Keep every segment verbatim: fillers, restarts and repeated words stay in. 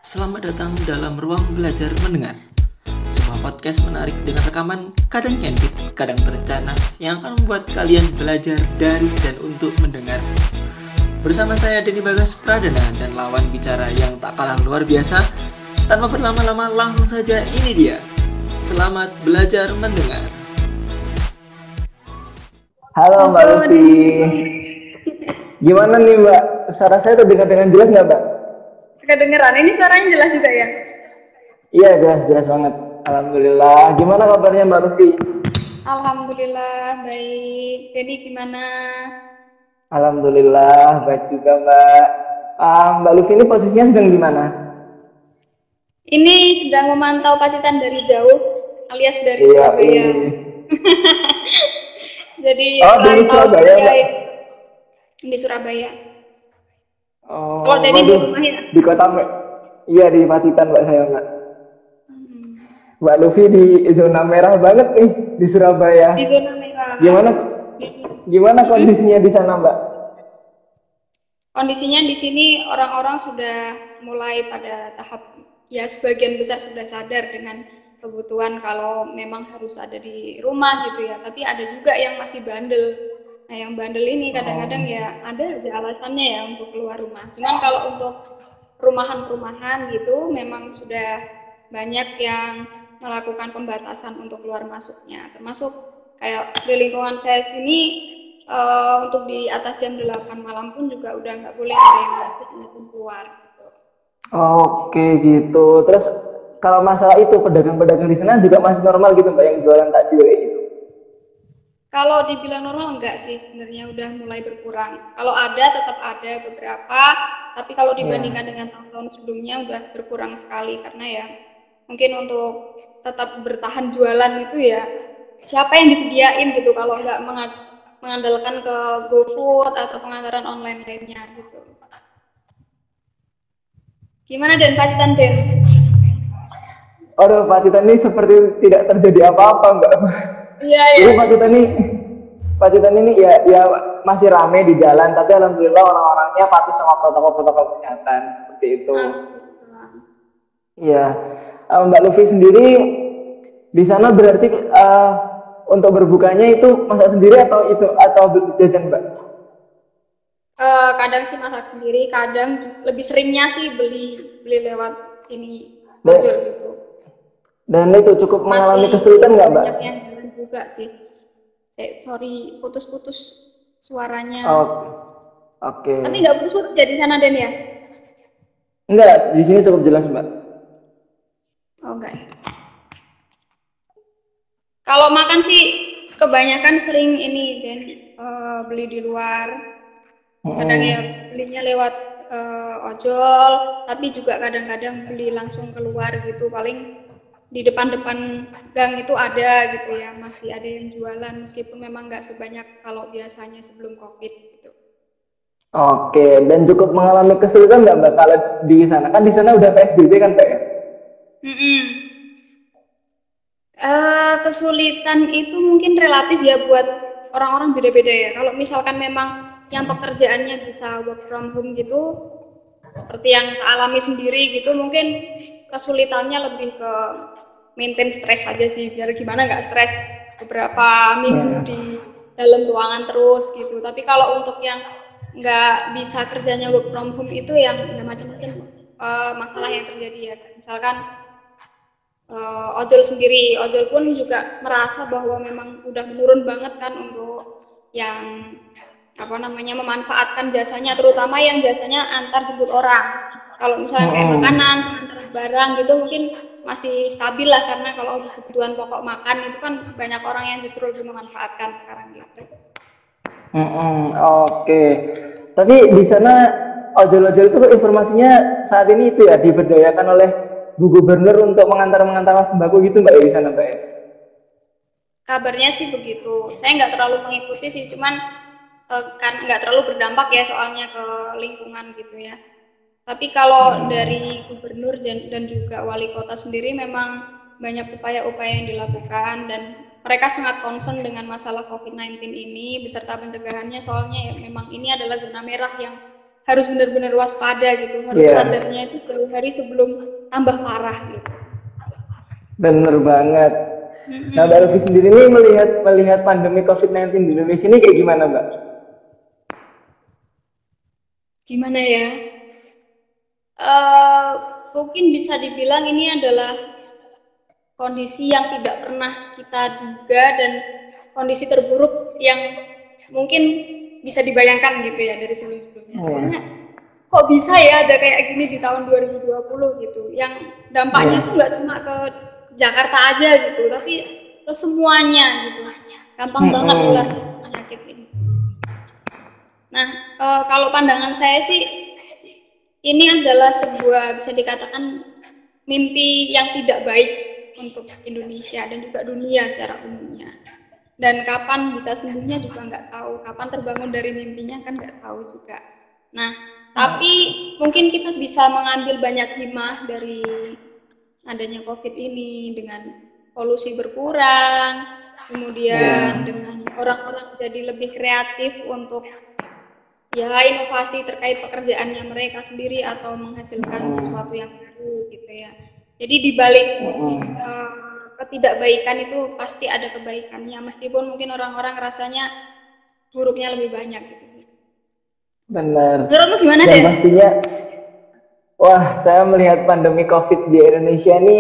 Selamat datang dalam Ruang Belajar Mendengar, sebuah podcast menarik dengan rekaman kadang candid, kadang terencana yang akan membuat kalian belajar dari dan untuk mendengar. Bersama saya Denny Bagas Pradana dan lawan bicara yang tak kalah luar biasa. Tanpa berlama-lama langsung saja ini dia. Selamat belajar mendengar. Halo Mbak Lucy. Gimana nih Mbak? Suara saya terdengar dengan jelas nggak Mbak? Kedengeran, ini suaranya jelas juga ya? Iya jelas-jelas banget. Alhamdulillah. Gimana kabarnya Mbak Lucy? Alhamdulillah baik. Jadi gimana? Alhamdulillah baik juga Mbak. Uh, Mbak Lucy ini posisinya sedang di mana? Ini sedang memantau Pacitan dari jauh, alias dari Iya, Surabaya. Jadi oh di Surabaya Mbak? Di Surabaya. Oh, kalau dari di rumah ya? Di kota Mbak? Iya di Pacitan Mbak saya Mbak. Hmm. Mbak Lucy di zona merah banget nih di Surabaya. Di zona merah. Gimana? Gimana kondisinya di sana Mbak? Kondisinya di sini orang-orang sudah mulai pada tahap ya sebagian besar sudah sadar dengan kebutuhan kalau memang harus ada di rumah gitu ya. Tapi ada juga yang masih bandel. Nah yang bandel ini kadang-kadang ya ada aja alasannya ya untuk keluar rumah. Cuman kalau untuk perumahan-perumahan gitu memang sudah banyak yang melakukan pembatasan untuk keluar masuknya. Termasuk kayak di lingkungan saya sini uh, untuk di atas jam delapan malam pun juga udah nggak boleh ada yang masuk maupun keluar. Gitu. Oke gitu. Terus kalau masalah itu pedagang-pedagang di sana juga masih normal gitu Mbak yang jualan takjil kayak gitu? Kalau dibilang normal enggak sih, sebenarnya udah mulai berkurang. Kalau ada tetap ada beberapa, tapi kalau dibandingkan yeah. dengan tahun-tahun sebelumnya udah berkurang sekali karena ya mungkin untuk tetap bertahan jualan itu ya siapa yang disediain gitu kalau nggak mengandalkan ke GoFood atau pengantaran online lainnya gitu. Gimana Den Pacitan Den? Aduh Pacitan ini seperti tidak terjadi apa-apa Mbak. Iya ya. Jadi Pacitan ini, Pacitan ini ya, ya masih ramai di jalan, tapi alhamdulillah orang-orangnya patuh sama protokol-protokol kesehatan seperti itu. Iya, uh, Mbak Luffy sendiri di sana berarti uh, untuk berbukanya itu masak sendiri atau itu atau jajan Mbak? Uh, kadang sih masak sendiri, kadang lebih seringnya sih beli beli lewat ini ojol gitu. Dan itu cukup mengalami kesulitan nggak Mbak? Juga sih. Eh, sorry, putus-putus suaranya. Oh, oke. Okay. Tapi nggak putus ya di sana Den ya? Enggak, di sini cukup jelas Mbak. Oh enggak. Kalau makan sih kebanyakan sering ini Den uh, beli di luar. Kadang ya belinya lewat uh, ojol, tapi juga kadang-kadang beli langsung keluar gitu paling. Di depan-depan gang itu ada gitu ya, masih ada yang jualan meskipun memang nggak sebanyak kalau biasanya sebelum COVID gitu. Oke, dan cukup mengalami kesulitan nggak Mbak kalau di sana? Kan di sana udah P S B B kan Mbak ya? Mm-mm. Uh, kesulitan itu mungkin relatif ya buat orang-orang beda-beda ya. Kalau misalkan memang yang pekerjaannya bisa work from home gitu, seperti yang alami sendiri gitu, mungkin kesulitannya lebih ke maintain stres aja sih, biar gimana nggak stres beberapa minggu yeah. di dalam ruangan terus gitu. Tapi kalau untuk yang nggak bisa kerjanya work from home itu yang ya macam-macam uh, masalah yang terjadi ya. Misalkan uh, ojol sendiri, ojol pun juga merasa bahwa memang udah menurun banget kan untuk yang apa namanya memanfaatkan jasanya, terutama yang jasanya antar jemput orang. Kalau misalnya kayak makanan, antar barang gitu mungkin masih stabil lah karena kalau kebutuhan pokok makan itu kan banyak orang yang justru lebih memanfaatkan sekarang gitu. Mm-hmm. Oke, okay. Tapi di sana ojol-ojol itu informasinya saat ini itu ya diberdayakan oleh Bu Gubernur untuk mengantar-mengantar sembako gitu Mbak di sana Mbak ya? Kabarnya sih begitu. Saya nggak terlalu mengikuti sih, cuman uh, kan nggak terlalu berdampak ya soalnya ke lingkungan gitu ya. Tapi kalau dari gubernur dan juga wali kota sendiri memang banyak upaya-upaya yang dilakukan dan mereka sangat concern dengan masalah covid sembilan belas ini beserta pencegahannya soalnya ya memang ini adalah zona merah yang harus benar-benar waspada gitu, harus Iya, sadarnya itu jauh hari sebelum tambah parah gitu. bener banget. Nah, Mbak Luffy Mm-mm. sendiri nih melihat melihat pandemi covid sembilan belas di Indonesia ini kayak gimana, Mbak? Gimana ya? Eh, Mungkin bisa dibilang ini adalah kondisi yang tidak pernah kita duga dan kondisi terburuk yang mungkin bisa dibayangkan gitu ya dari sebelum-sebelumnya. Hmm, Soalnya kok bisa ya ada kayak gini di tahun dua ribu dua puluh gitu. Yang dampaknya tuh iya. nggak cuma ke Jakarta aja gitu, tapi ke semuanya gitu. Gampang banget nularnya Mm-mm. penyakit ini. Nah, eh, kalau pandangan saya sih ini adalah sebuah bisa dikatakan mimpi yang tidak baik untuk Indonesia dan juga dunia secara umumnya. Dan kapan bisa sembuhnya juga nggak tahu, kapan terbangun dari mimpinya kan nggak tahu juga. Nah, tapi mungkin kita bisa mengambil banyak hikmah dari adanya COVID ini dengan polusi berkurang, kemudian Iya. dengan orang-orang jadi lebih kreatif untuk ya inovasi terkait pekerjaannya mereka sendiri atau menghasilkan sesuatu Mm-mm. yang baru gitu ya. Jadi di balik Mm-mm. eh, ketidakbaikan itu pasti ada kebaikannya meskipun mungkin orang-orang rasanya buruknya lebih banyak gitu sih. Benar. Menurutmu gimana Dan Den? pastinya, wah, saya melihat pandemi COVID di Indonesia ini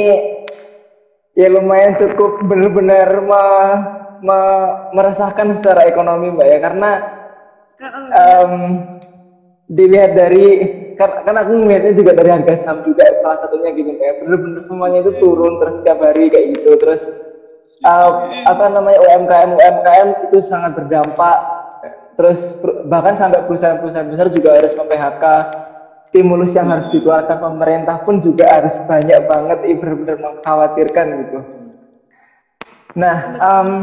ya lumayan cukup benar-benar me- me- meresahkan secara ekonomi, Mbak ya, karena Oh, benar. em, dilihat dari kan, kan aku melihatnya juga dari harga saham juga salah satunya gitu kayak bener-bener semuanya itu turun terus setiap hari kayak gitu terus uh, apa namanya U M K M U M K M itu sangat berdampak terus bahkan sampai perusahaan-perusahaan besar juga harus mem-P H K stimulus yang harus dikeluarkan pemerintah pun juga harus banyak banget ini benar-benar mengkhawatirkan gitu. Nah, Benar um, banget.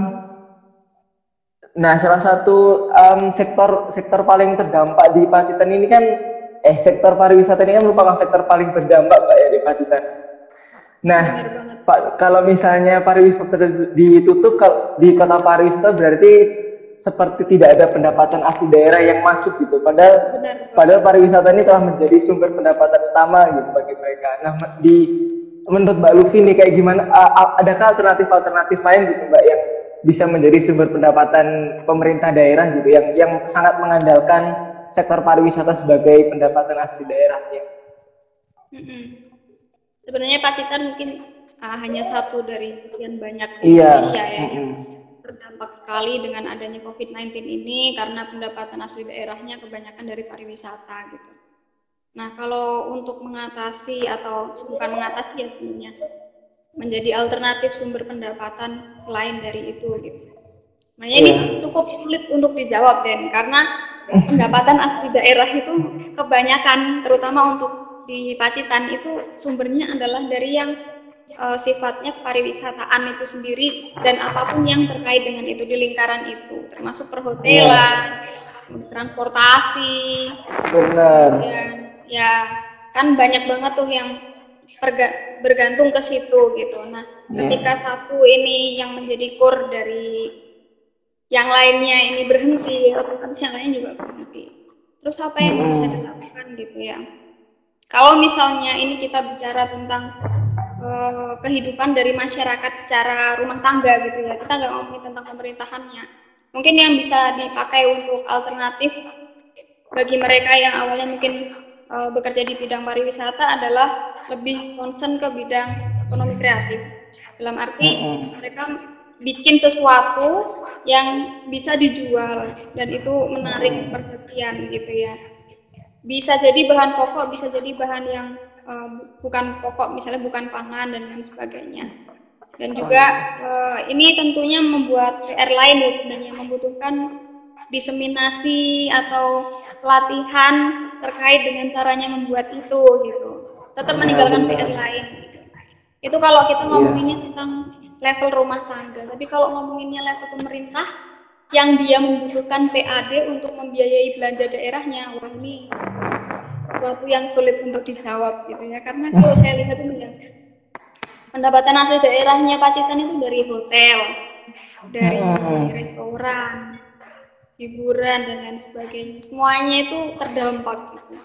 Nah, salah satu um, sektor sektor paling terdampak di Pacitan ini kan, eh sektor pariwisata ini kan merupakan sektor paling berdampak, Pak ya, di Pacitan. Nah, Benar banget. Pak, kalau misalnya pariwisata ditutup di kota pariwisata berarti seperti tidak ada pendapatan asli daerah yang masuk gitu. Padahal Benar banget. padahal pariwisata ini telah menjadi sumber pendapatan utama gitu bagi mereka. Nah, di menurut Mbak Luffy nih kayak gimana? Adakah alternatif-alternatif lain gitu, Mbak, yang bisa menjadi sumber pendapatan pemerintah daerah gitu yang yang sangat mengandalkan sektor pariwisata sebagai pendapatan asli daerah ya. Mm-mm. Sebenarnya Pacitan mungkin uh, hanya satu dari sekian banyak di Iya. Indonesia ya yang Mm-mm. terdampak sekali dengan adanya COVID sembilan belas ini karena pendapatan asli daerahnya kebanyakan dari pariwisata gitu. Nah, kalau untuk mengatasi atau bukan mengatasi ya sebenarnya menjadi alternatif sumber pendapatan selain dari itu gitu. Nah, ini Iya. cukup sulit untuk dijawab Den karena pendapatan asli daerah itu kebanyakan terutama untuk di Pacitan itu sumbernya adalah dari yang uh, sifatnya pariwisataan itu sendiri dan apapun yang terkait dengan itu di lingkaran itu termasuk Iya. perhotelan, transportasi, Benar. kemudian ya kan banyak banget tuh yang perga- bergantung ke situ gitu. Nah, ketika Iya. satu ini yang menjadi core dari yang lainnya ini berhenti, otomatis yang lain juga berhenti. Terus apa yang bisa Mm-mm. dilakukan gitu ya? Kalau misalnya ini kita bicara tentang uh, kehidupan dari masyarakat secara rumah tangga gitu ya, kita nggak ngomongin tentang pemerintahannya. Mungkin yang bisa dipakai untuk alternatif bagi mereka yang awalnya mungkin uh, bekerja di bidang pariwisata adalah lebih concern ke bidang ekonomi kreatif. Dalam arti Mm-mm. mereka bikin sesuatu yang bisa dijual dan itu menarik perhatian gitu ya. Bisa jadi bahan pokok, bisa jadi bahan yang uh, bukan pokok, misalnya bukan pangan dan lain sebagainya. Dan juga uh, ini tentunya membuat P R lain ya sebenarnya membutuhkan diseminasi atau pelatihan terkait dengan caranya membuat itu gitu. Tetap Iya, meninggalkan P R benar. lain gitu. Itu kalau kita Iya. ngomonginnya tentang level rumah tangga. Tapi kalau ngomonginnya level pemerintah yang dia membutuhkan P A D untuk membiayai belanja daerahnya, wah ini sesuatu yang sulit untuk dijawab gitu ya. Karena kalau saya lihat ini ya, pendapatan asli daerahnya Pacitan itu dari hotel, dari Mm-mm. restoran, hiburan dan lain sebagainya. Semuanya itu terdampak gitu.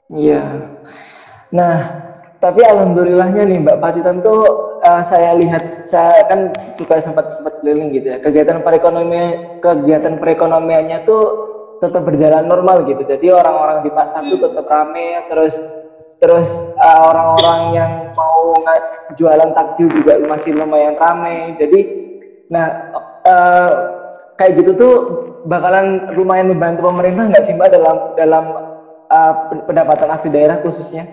Iya. Nah, tapi alhamdulillahnya nih Mbak Pacitan tuh eh, saya lihat saya kan juga sempat sempat keliling gitu ya. Kegiatan perekonomian kegiatan perekonomiannya tuh tetap berjalan normal gitu. Jadi orang-orang di pasar tuh tetap rame, terus terus eh, orang-orang yang mau nga- jualan takjil juga masih lumayan rame. Jadi nah eh, kayak gitu tuh bakalan lumayan membantu pemerintah nggak sih Mbak dalam dalam eh, pendapatan asli daerah khususnya?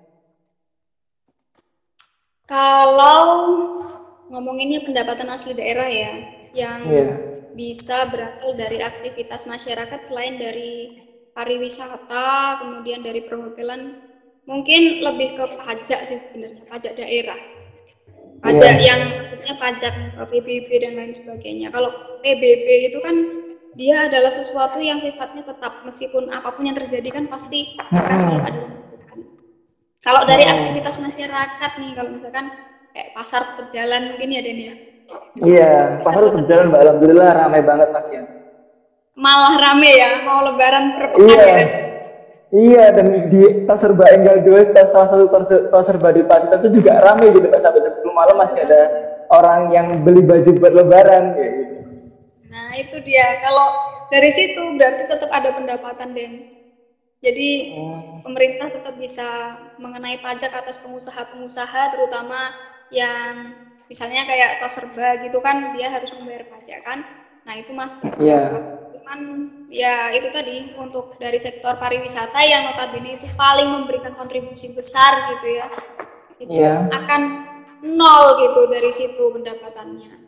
Kalau ngomonginnya pendapatan asli daerah ya, yang Iya. bisa berasal dari aktivitas masyarakat selain dari pariwisata, kemudian dari perhotelan, mungkin lebih ke pajak sih sebenarnya, pajak daerah. Pajak Iya. yang maksudnya pajak eh, P B B dan lain sebagainya. Kalau P B B itu kan dia adalah sesuatu yang sifatnya tetap, meskipun apapun yang terjadi kan pasti akan selalu ada Mm-mm. pemasukan. Kalau dari Mm-mm. aktivitas masyarakat nih, kalau misalkan kayak pasar tetap jalan mungkin ya Den ya. Iya, Pasar pasar tetap tetap jalan, jalan. Mbak. Alhamdulillah ramai banget Mas ya. Malah rame ya, mau lebaran per pekan Iya, ya Den. iya dan di pasar Mbak Enggal dua, salah satu pasar, pasar Mbak di Pacitan itu juga ramai gitu Pak sampai jam sepuluh malam masih ada orang yang beli baju buat lebaran kayak gitu. Nah itu dia, kalau dari situ berarti tetap ada pendapatan Den. Jadi Hmm, pemerintah tetap bisa mengenai pajak atas pengusaha-pengusaha, terutama yang misalnya kayak tos serba gitu kan, dia harus membayar pajak kan. Nah itu masih tetap iya, dapat. Cuman ya itu tadi untuk dari sektor pariwisata yang notabene itu paling memberikan kontribusi besar gitu ya, itu iya. akan nol gitu dari situ pendapatannya.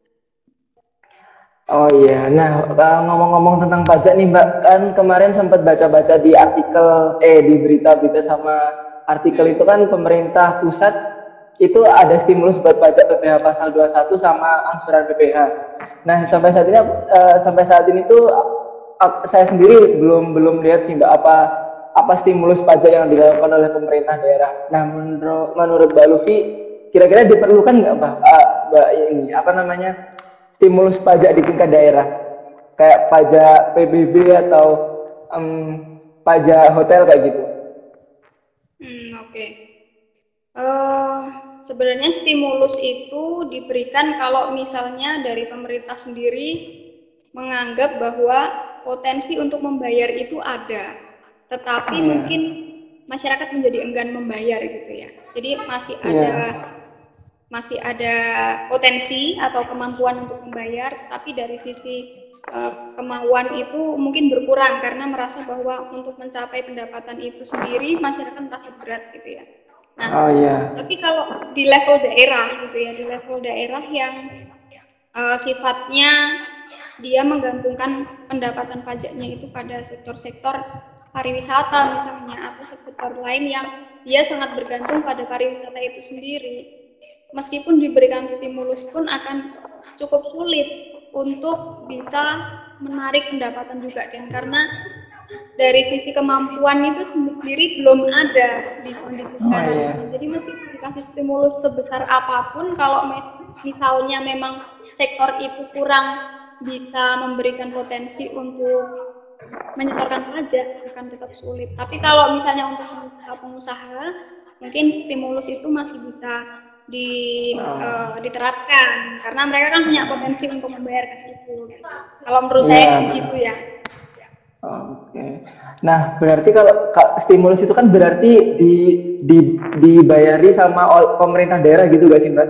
Oh iya, nah eh, ngomong-ngomong tentang pajak nih Mbak, kan kemarin sempat baca-baca di artikel, eh di berita-berita sama artikel itu kan pemerintah pusat itu ada stimulus buat pajak P P H pasal dua puluh satu sama angsuran P P H. Nah sampai saat ini eh, sampai saat ini tuh eh, saya sendiri belum belum lihat sih Mbak apa apa stimulus pajak yang dilakukan oleh pemerintah daerah. Nah menurut menurut Mbak Lufi kira-kira diperlukan nggak Mbak, eh, Mbak ini apa namanya stimulus pajak di tingkat daerah kayak pajak P B B atau em, pajak hotel kayak gitu. Hmm, oke. Okay. Eh, sebenarnya stimulus itu diberikan kalau misalnya dari pemerintah sendiri menganggap bahwa potensi untuk membayar itu ada, tetapi Iya, mungkin masyarakat menjadi enggan membayar gitu ya. Jadi masih ada iya, masih ada potensi atau kemampuan untuk membayar, tetapi dari sisi eh, kemauan itu mungkin berkurang karena merasa bahwa untuk mencapai pendapatan itu sendiri masyarakat merasa berat gitu ya. Nah, oh iya, tapi kalau di level daerah gitu ya, di level daerah yang eh, sifatnya dia menggantungkan pendapatan pajaknya itu pada sektor-sektor pariwisata misalnya atau sektor lain yang dia sangat bergantung pada pariwisata itu sendiri. Meskipun diberikan stimulus pun akan cukup sulit untuk bisa menarik pendapatan juga Dan karena dari sisi kemampuan itu sendiri belum ada di kondisi oh sekarang iya, ini. Jadi meskipun dikasih stimulus sebesar apapun, kalau misalnya memang sektor itu kurang bisa memberikan potensi untuk menyetorkan pajak akan tetap sulit. Tapi kalau misalnya untuk pengusaha-pengusaha, mungkin stimulus itu masih bisa di, uh, oh, diterapkan karena mereka kan punya potensi untuk membayarkan itu. Kalau menurut saya iya, kayak gitu benar. ya. Oke. Nah, berarti kalau ka- stimulus itu kan berarti di, di dibayari sama ol- pemerintah daerah gitu gak sih, Mbak?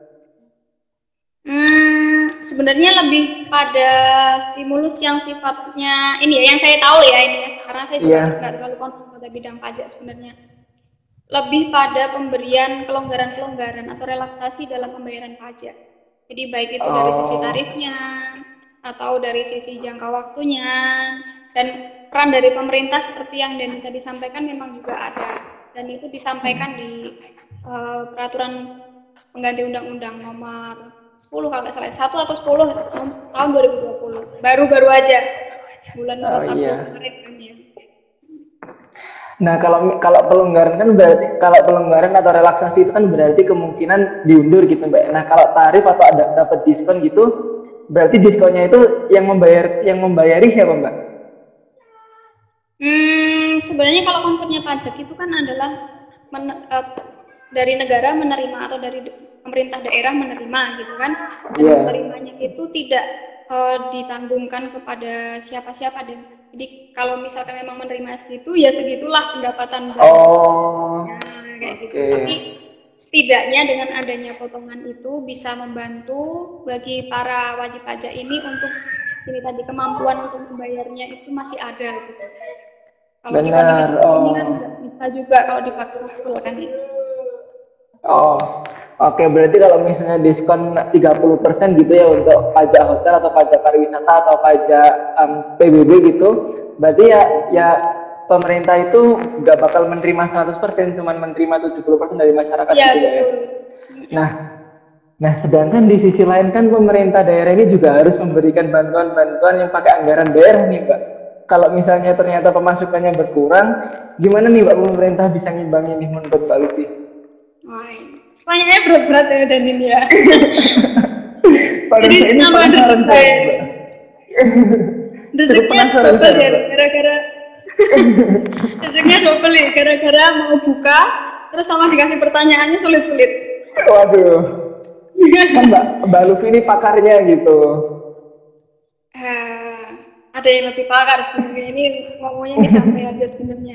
Hmm, sebenarnya lebih pada stimulus yang sifatnya ini ya, yang saya tahu ya ini ya, karena saya juga Iya. nggak terlalu confirm pada bidang pajak sebenarnya. Lebih pada pemberian kelonggaran-kelonggaran atau relaksasi dalam pembayaran pajak. Jadi baik itu dari sisi Oh, tarifnya atau dari sisi jangka waktunya dan peran dari pemerintah seperti yang Denny tadi sampaikan memang juga ada dan itu disampaikan di uh, peraturan pengganti undang-undang nomor sepuluh kalau nggak salah satu atau sepuluh tahun dua ribu dua puluh baru-baru aja bulan oh Maret April iya. kemarin kan ya. Nah, kalau kalau pelonggaran kan berarti kalau pelonggaran atau relaksasi itu kan berarti kemungkinan diundur gitu, Mbak. Nah, kalau tarif atau ada dapat diskon gitu, berarti diskonnya itu yang membayar yang membayari siapa, Mbak? Hmm, sebenarnya kalau konsepnya pajak itu kan adalah men- eh, dari negara menerima atau dari de- pemerintah daerah menerima gitu kan, dan Iya. menerimanya itu tidak eh, ditanggungkan kepada siapa-siapa deh. Jadi kalau misalkan memang menerima segitu ya segitulah pendapatan dari Oh, nah, kayak gitu. oke. Tapi setidaknya dengan adanya potongan itu bisa membantu bagi para wajib pajak ini untuk ini tadi kemampuan untuk membayarnya itu masih ada gitu. Kalau di kondisi Benar. seperti ini kan Oh. nggak bisa juga kalau dipaksa full kan itu. Oh, oke. Berarti kalau misalnya diskon tiga puluh persen gitu ya untuk pajak hotel atau pajak pariwisata atau pajak em, P B B gitu, berarti ya ya pemerintah itu nggak bakal menerima seratus persen, cuman menerima tujuh puluh persen dari masyarakat Iya gitu ya. betul. Nah, nah sedangkan di sisi lain kan pemerintah daerah ini juga harus memberikan bantuan-bantuan yang pakai anggaran daerah nih, Mbak. Kalau misalnya ternyata pemasukannya berkurang, gimana nih, Mbak, pemerintah bisa ngimbangi nih menurut Mbak Lucy? Wah, pertanyaannya berat-berat ya dan ini ya. Pada Jadi saya ini nama penasaran deg saya, saya. Mbak. Cukup Deseknya penasaran double saya, ya Mbak. gara-gara deseknya double ya gara-gara mau buka terus sama dikasih pertanyaannya sulit-sulit. Waduh, kan Mbak, Mbak Lucy ini pakarnya gitu. Eh, ada yang lebih pakar sebenarnya ini ngomongnya ini santai aja sebenarnya.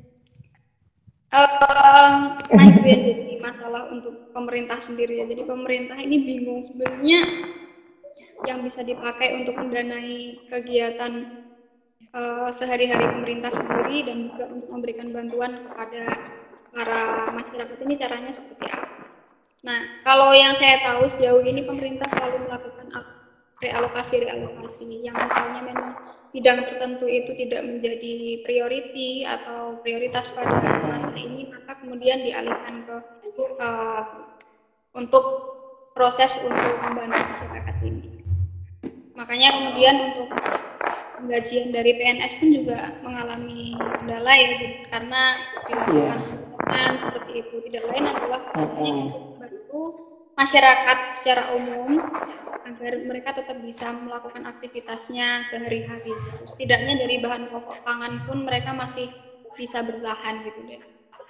Eh, nah itu yang jadi masalah untuk pemerintah sendiri ya. Jadi pemerintah ini bingung sebenarnya yang bisa dipakai untuk mendanai kegiatan eh, sehari-hari pemerintah sendiri dan juga untuk memberikan bantuan kepada para masyarakat ini caranya seperti apa. Nah, kalau yang saya tahu sejauh ini pemerintah selalu melakukan realokasi-realokasi yang misalnya memang bidang tertentu itu tidak menjadi priority atau prioritas pada masa ini, maka kemudian dialihkan ke uh, untuk proses untuk membantu masyarakat ini. Makanya kemudian untuk penggajian dari P N S pun juga mengalami kendala ya, karena dilakukan pemotongan seperti itu. Tidak lain adalah hanya untuk membantu masyarakat secara umum agar mereka tetap bisa melakukan aktivitasnya sehari-hari. Setidaknya dari bahan pokok pangan pun mereka masih bisa bertahan gitu deh.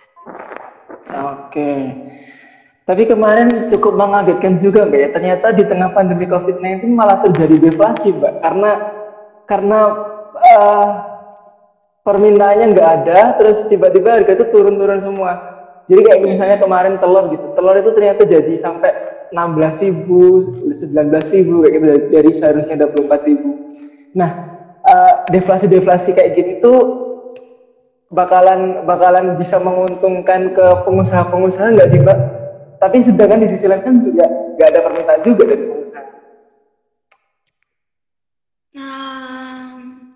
Oke. Tapi kemarin cukup mengagetkan juga, Mbak ya. Ternyata di tengah pandemi covid sembilan belas malah terjadi deflasi, Mbak. Karena karena uh, permintaannya nggak ada, terus tiba-tiba harga itu turun-turun semua. Jadi kayak misalnya kemarin telur gitu, telur itu ternyata jadi sampai enam belas ribu, sembilan belas ribu kayak gitu dari seharusnya dua puluh empat ribu. Nah, uh, deflasi-deflasi kayak gini tuh bakalan bakalan bisa menguntungkan ke pengusaha-pengusaha nggak sih, Mbak? Tapi sedangkan di sisi lain kan juga nggak ada permintaan juga dari pengusaha. Nah,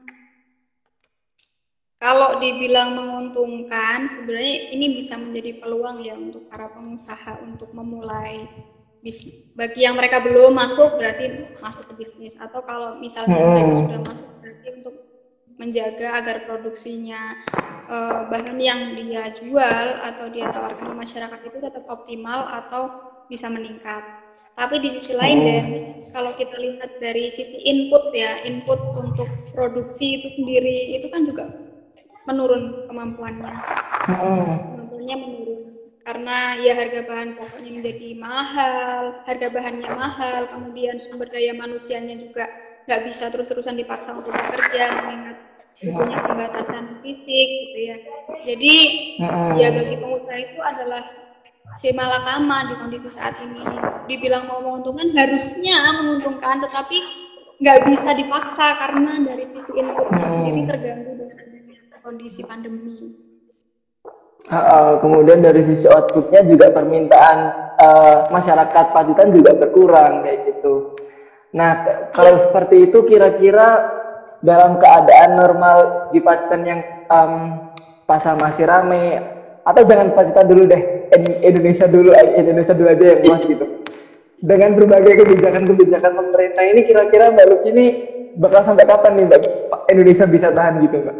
kalau dibilang menguntungkan, sebenarnya ini bisa menjadi peluang ya untuk para pengusaha untuk memulai bisnis. Bagi yang mereka belum masuk berarti masuk ke bisnis, atau kalau misalnya hmm. mereka sudah masuk berarti untuk menjaga agar produksinya eh, bahan yang dia jual atau dia tawarkan ke masyarakat itu tetap optimal atau bisa meningkat. Tapi di sisi lain deh, kalau kita lihat dari sisi input ya, input untuk produksi itu sendiri itu kan juga menurun kemampuannya. Kemampuannya menurun karena ya harga bahan pokoknya menjadi mahal, harga bahannya mahal, kemudian sumber daya manusianya juga nggak bisa terus-terusan dipaksa untuk bekerja mengingat punya pembatasan fisik gitu ya. Jadi ya bagi pengusaha itu adalah si malakama di kondisi saat ini. Dibilang mau menguntungkan harusnya menguntungkan, tetapi nggak bisa dipaksa karena dari sisi input sendiri terganggu dengan adanya kondisi pandemi. Uh, kemudian dari sisi outputnya juga permintaan uh, masyarakat Pacitan juga berkurang kayak gitu. Nah, kalau seperti itu kira-kira dalam keadaan normal di Pacitan yang um, pasar masih ramai, atau jangan Pacitan dulu deh, Indonesia dulu, Indonesia dulu aja yang luas gitu. Dengan berbagai kebijakan-kebijakan pemerintah ini, kira-kira Mbak Luki ini bakal sampai kapan nih Mbak Indonesia bisa tahan gitu Mbak?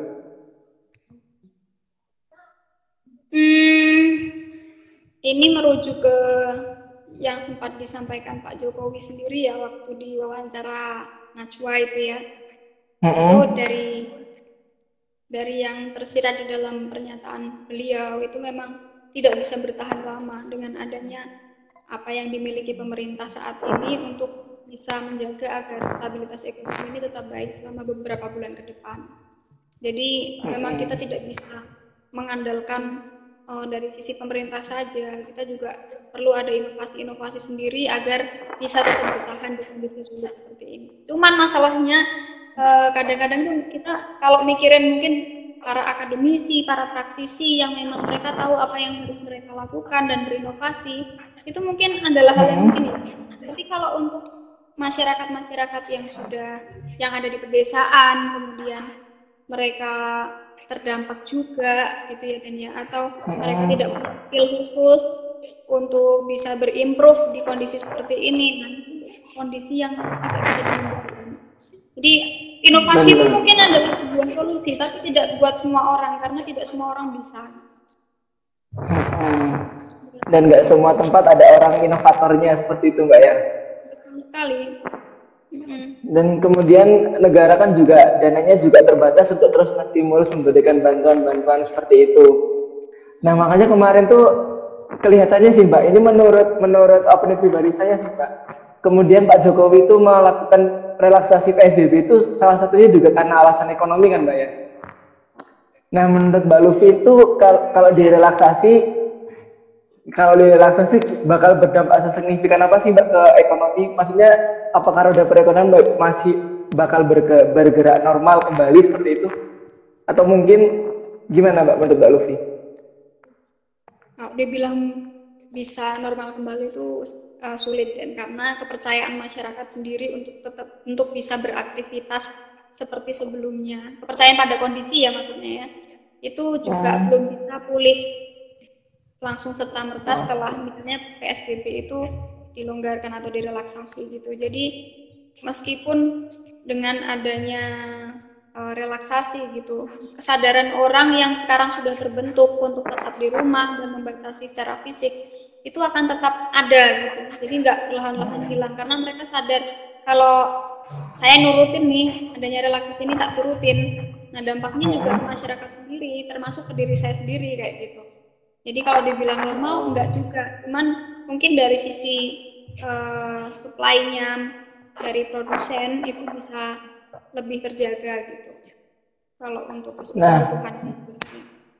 Hmm, ini merujuk ke yang sempat disampaikan Pak Jokowi sendiri ya waktu di wawancara Najwa itu ya. Mm-hmm. Itu dari dari yang tersirat di dalam pernyataan beliau itu memang tidak bisa bertahan lama dengan adanya apa yang dimiliki pemerintah saat ini untuk bisa menjaga agar stabilitas ekonomi ini tetap baik selama beberapa bulan ke depan. Jadi memang kita tidak bisa mengandalkan uh, dari sisi pemerintah saja, kita juga perlu ada inovasi-inovasi sendiri agar bisa tetap bertahan di kondisi sulit seperti ini. Cuman masalahnya uh, kadang-kadang tuh kita kalau mikirin mungkin para akademisi, para praktisi yang memang mereka tahu apa yang harus mereka lakukan dan berinovasi, itu mungkin adalah hal yang mungkin ya. Tapi kalau untuk masyarakat-masyarakat yang sudah yang ada di pedesaan, kemudian mereka terdampak juga gitu ya Dan ya, atau mereka tidak punya skill khusus untuk bisa berimprove di kondisi seperti ini, nah, kondisi yang tidak bisa dihindarkan. Jadi inovasi itu mungkin adalah sebuah solusi, tapi tidak buat semua orang karena tidak semua orang bisa. Dan nggak semua tempat ada orang inovatornya seperti itu, Mbak ya? Betul sekali. Dan kemudian negara kan juga dananya juga terbatas untuk terus menstimulus memberikan bantuan-bantuan seperti itu. Nah makanya kemarin tuh kelihatannya sih Mbak, ini menurut menurut opini pribadi saya sih Mbak, kemudian Pak Jokowi itu melakukan relaksasi P S B B itu salah satunya juga karena alasan ekonomi kan Mbak ya. Nah menurut Mbak Luffy itu kalau, kalau direlaksasi kalau direlaksasi bakal berdampak sesignifikan apa sih Mbak ke ekonomi? Maksudnya apakah roda perekonomian masih bakal berge, bergerak normal kembali seperti itu? Atau mungkin gimana Mbak menurut Mbak Luffy? Kalau dibilang bisa normal kembali itu uh, sulit Dan karena kepercayaan masyarakat sendiri untuk tetap untuk bisa beraktivitas seperti sebelumnya, kepercayaan pada kondisi ya maksudnya ya, itu juga hmm. belum bisa pulih langsung serta-merta setelah misalnya P S B B itu dilonggarkan atau direlaksasi gitu. Jadi meskipun dengan adanya uh, relaksasi gitu, kesadaran orang yang sekarang sudah terbentuk untuk tetap di rumah dan membatasi secara fisik itu akan tetap ada gitu. Jadi nggak perlahan-lahan hilang karena mereka sadar kalau saya nurutin nih adanya relaksasi ini tak turutin. Nah dampaknya juga ke masyarakat sendiri, termasuk ke diri saya sendiri kayak gitu. Jadi kalau dibilang normal enggak juga, cuman mungkin dari sisi uh, supply-nya dari produsen itu bisa lebih terjaga gitu. Kalau untuk kebutuhan sendiri.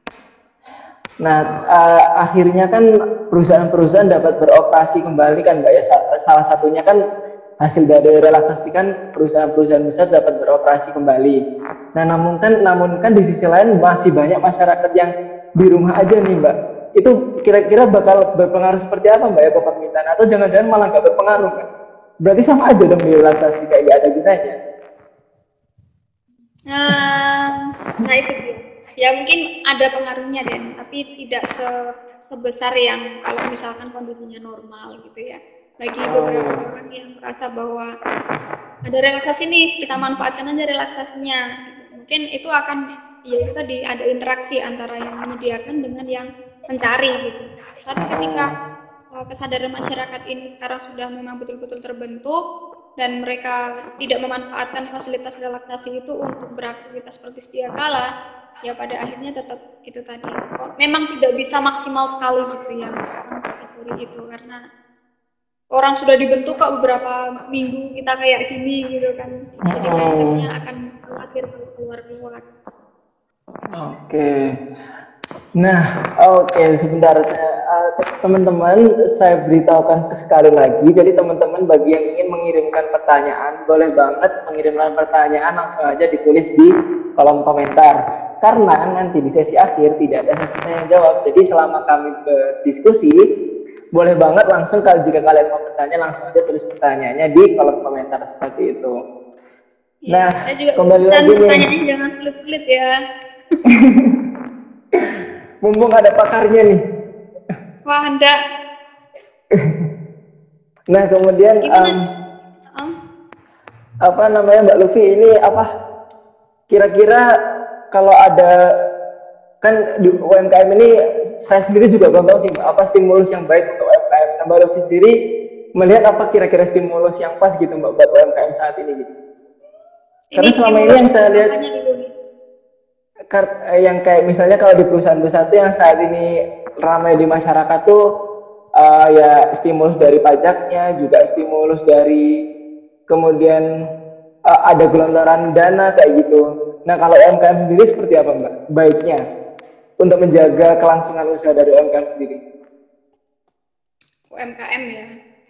Nah, uh, akhirnya kan perusahaan-perusahaan dapat beroperasi kembali kan Mbak ya. Salah satunya kan hasil dari relaksasi kan perusahaan-perusahaan besar dapat beroperasi kembali. Nah, namun kan namun kan di sisi lain masih banyak masyarakat yang di rumah aja nih Mbak. Itu kira-kira bakal berpengaruh seperti apa Mbak ya ke permintaan? Atau jangan-jangan malah nggak berpengaruh Mbak? Berarti sama aja dong relaksasi kayak nggak ada gunanya. Hmm, nah itu dia. Ya mungkin ada pengaruhnya Dan, tapi tidak se sebesar yang kalau misalkan kondisinya normal gitu ya. Bagi beberapa orang yang merasa bahwa ada relaksasi nih, kita manfaatkan aja relaksasinya. Mungkin itu akan ya tadi ada interaksi antara yang menyediakan dengan yang mencari gitu. Tapi ketika uh, kesadaran masyarakat ini sekarang sudah memang betul-betul terbentuk dan mereka tidak memanfaatkan fasilitas relaksasi itu untuk beraktivitas seperti sedia kala, ya pada akhirnya tetap itu tadi. Memang tidak bisa maksimal sekali gitu ya itu karena orang sudah dibentuk kok beberapa minggu kita kayak gini gitu kan. Jadi akhirnya akan khawatir kalau keluar-keluar. Oke, nah oke okay. Sebentar saya uh, teman-teman saya beritahukan sekali lagi. Jadi teman-teman bagi yang ingin mengirimkan pertanyaan boleh banget mengirimkan pertanyaan langsung aja ditulis di kolom komentar. Karena nanti di sesi akhir tidak ada sesi tanya jawab. Jadi selama kami berdiskusi boleh banget langsung kalau jika kalian mau bertanya langsung aja tulis pertanyaannya di kolom komentar seperti itu. Ya, nah saya juga kembali lagi pertanyaannya jangan sulit-sulit ya. Mumpung ada pakarnya nih. Wah, enggak. Nah, kemudian um, um? apa namanya Mbak Luffy ini apa kira-kira kalau ada kan di U M K M ini saya sendiri juga belum tahu sih apa stimulus yang baik untuk U M K M. Nah, Mbak Luffy sendiri melihat apa kira-kira stimulus yang pas gitu Mbak buat U M K M saat ini gitu. Karena Ini selama ini yang saya lihat kar- eh, yang kayak misalnya kalau di perusahaan-perusahaan itu yang saat ini ramai di masyarakat tuh eh, ya stimulus dari pajaknya, juga stimulus dari kemudian eh, ada gelontoran dana kayak gitu. Nah kalau U M K M sendiri seperti apa Mbak? Baiknya untuk menjaga kelangsungan usaha dari U M K M sendiri. U M K M ya.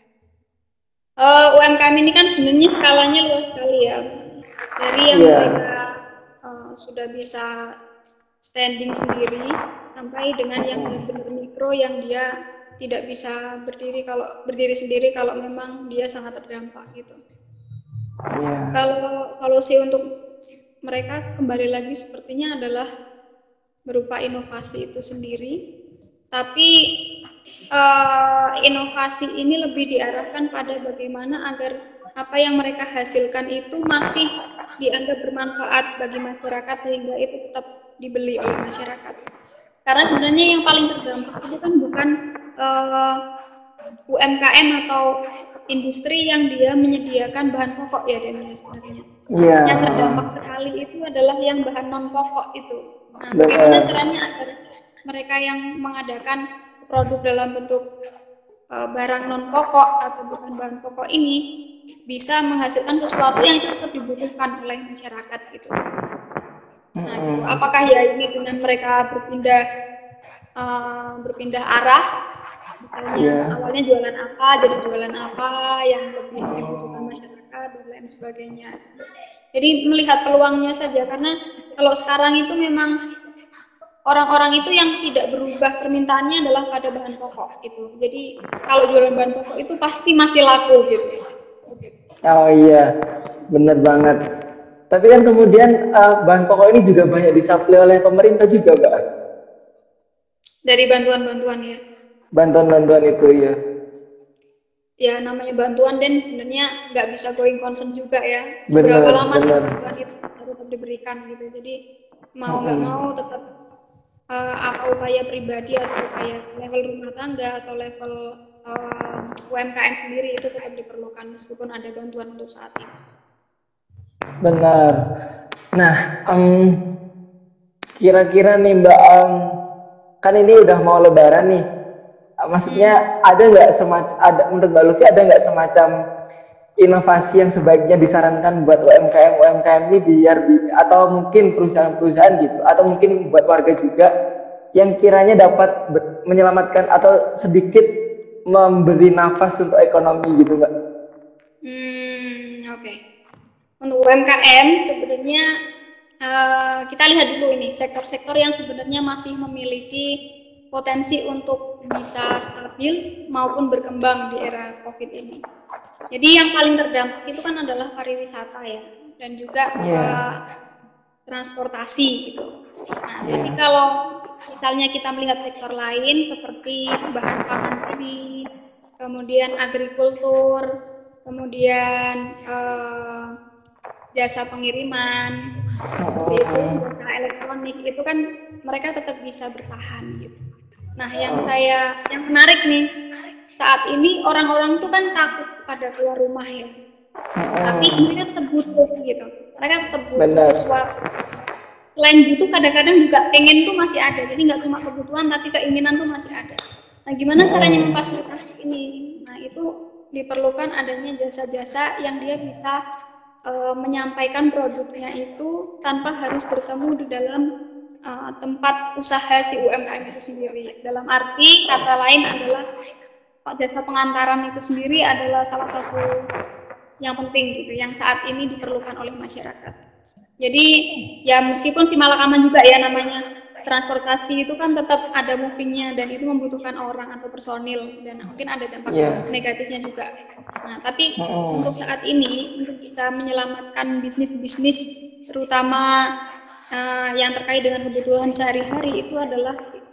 Eh, U M K M ini kan sebenarnya skalanya luas sekali ya. Dari yang Iya. mereka eh, sudah bisa standing sendiri sampai dengan yang benar-benar mikro yang dia tidak bisa berdiri kalau berdiri sendiri kalau memang dia sangat terdampak gitu. Iya. Kalau solusi untuk mereka kembali lagi sepertinya adalah berupa inovasi itu sendiri, tapi uh, inovasi ini lebih diarahkan pada bagaimana agar apa yang mereka hasilkan itu masih dianggap bermanfaat bagi masyarakat sehingga itu tetap dibeli oleh masyarakat. Karena sebenarnya yang paling terdampak itu kan bukan uh, U M K M atau industri yang dia menyediakan bahan pokok ya Dan sebenarnya. Iya. Yang terdampak sekali itu adalah yang bahan non pokok itu. Nah, bagaimana caranya agar mereka yang mengadakan produk dalam bentuk uh, barang non pokok atau bukan bahan pokok ini bisa menghasilkan sesuatu yang itu tetap dibutuhkan oleh masyarakat gitu. Nah, gitu. Apakah ya ini dengan mereka berpindah uh, berpindah arah, misalnya yeah. awalnya jualan apa, jadi jualan apa yang lebih dibutuhkan masyarakat dan lain sebagainya. Gitu. Jadi melihat peluangnya saja karena kalau sekarang itu memang orang-orang itu yang tidak berubah permintaannya adalah pada bahan pokok gitu. Jadi kalau jualan bahan pokok itu pasti masih laku gitu. Oh iya, benar banget. Tapi kan kemudian uh, bahan pokok ini juga banyak disuplai oleh pemerintah juga, Mbak. Dari bantuan-bantuan ya. Bantuan-bantuan itu ya. Ya namanya bantuan dan sebenarnya nggak bisa going concern juga ya. Seberapa bener, lama sih bantuan itu tetap diberikan gitu. Jadi mau nggak hmm. mau tetap uh, apa upaya pribadi atau upaya level rumah tangga atau level uh, U M K M sendiri itu tetap diperlukan meskipun ada bantuan untuk saat ini. Benar. Nah, um, kira-kira nih Mbak, um, kan ini udah mau Lebaran nih. Maksudnya ada nggak semacam, ada menurut Mbak Luffy ada nggak semacam inovasi yang sebaiknya disarankan buat U M K M U M K M ini biar atau mungkin perusahaan-perusahaan gitu atau mungkin buat warga juga yang kiranya dapat menyelamatkan atau sedikit memberi nafas untuk ekonomi gitu Mbak? Hmm, oke. Okay. Untuk U M K M sebenarnya uh, kita lihat dulu ini sektor-sektor yang sebenarnya masih memiliki potensi untuk bisa stabil maupun berkembang di era COVID ini. Jadi yang paling terdampak itu kan adalah pariwisata ya, dan juga yeah. uh, transportasi gitu. Nah, yeah. tapi kalau misalnya kita melihat sektor lain seperti bahan pangan tadi, kemudian agrikultur, kemudian uh, jasa pengiriman, seperti itu, jasa elektronik itu kan mereka tetap bisa bertahan gitu. Nah, yang saya yang menarik nih saat ini orang-orang tuh kan takut pada keluar rumah ya, tapi mereka tetap butuh gitu, mereka tetap butuh sesuatu. Selain butuh kadang-kadang juga pengen tuh masih ada, jadi nggak cuma kebutuhan tapi keinginan tuh masih ada. Nah, gimana caranya memfasilitasi ini? Nah, itu diperlukan adanya jasa-jasa yang dia bisa uh, menyampaikan produknya itu tanpa harus bertemu di dalam Uh, tempat usaha si U M K M itu sendiri. Dalam arti kata lain adalah jasa pengantaran itu sendiri adalah salah satu yang penting gitu, yang saat ini diperlukan oleh masyarakat. Jadi ya meskipun si Malakaman juga ya namanya transportasi itu kan tetap ada movingnya dan itu membutuhkan orang atau personil dan mungkin ada dampak yeah. negatifnya juga. Nah tapi mm-hmm. untuk saat ini untuk bisa menyelamatkan bisnis-bisnis terutama Uh, yang terkait dengan kebutuhan sehari-hari itu adalah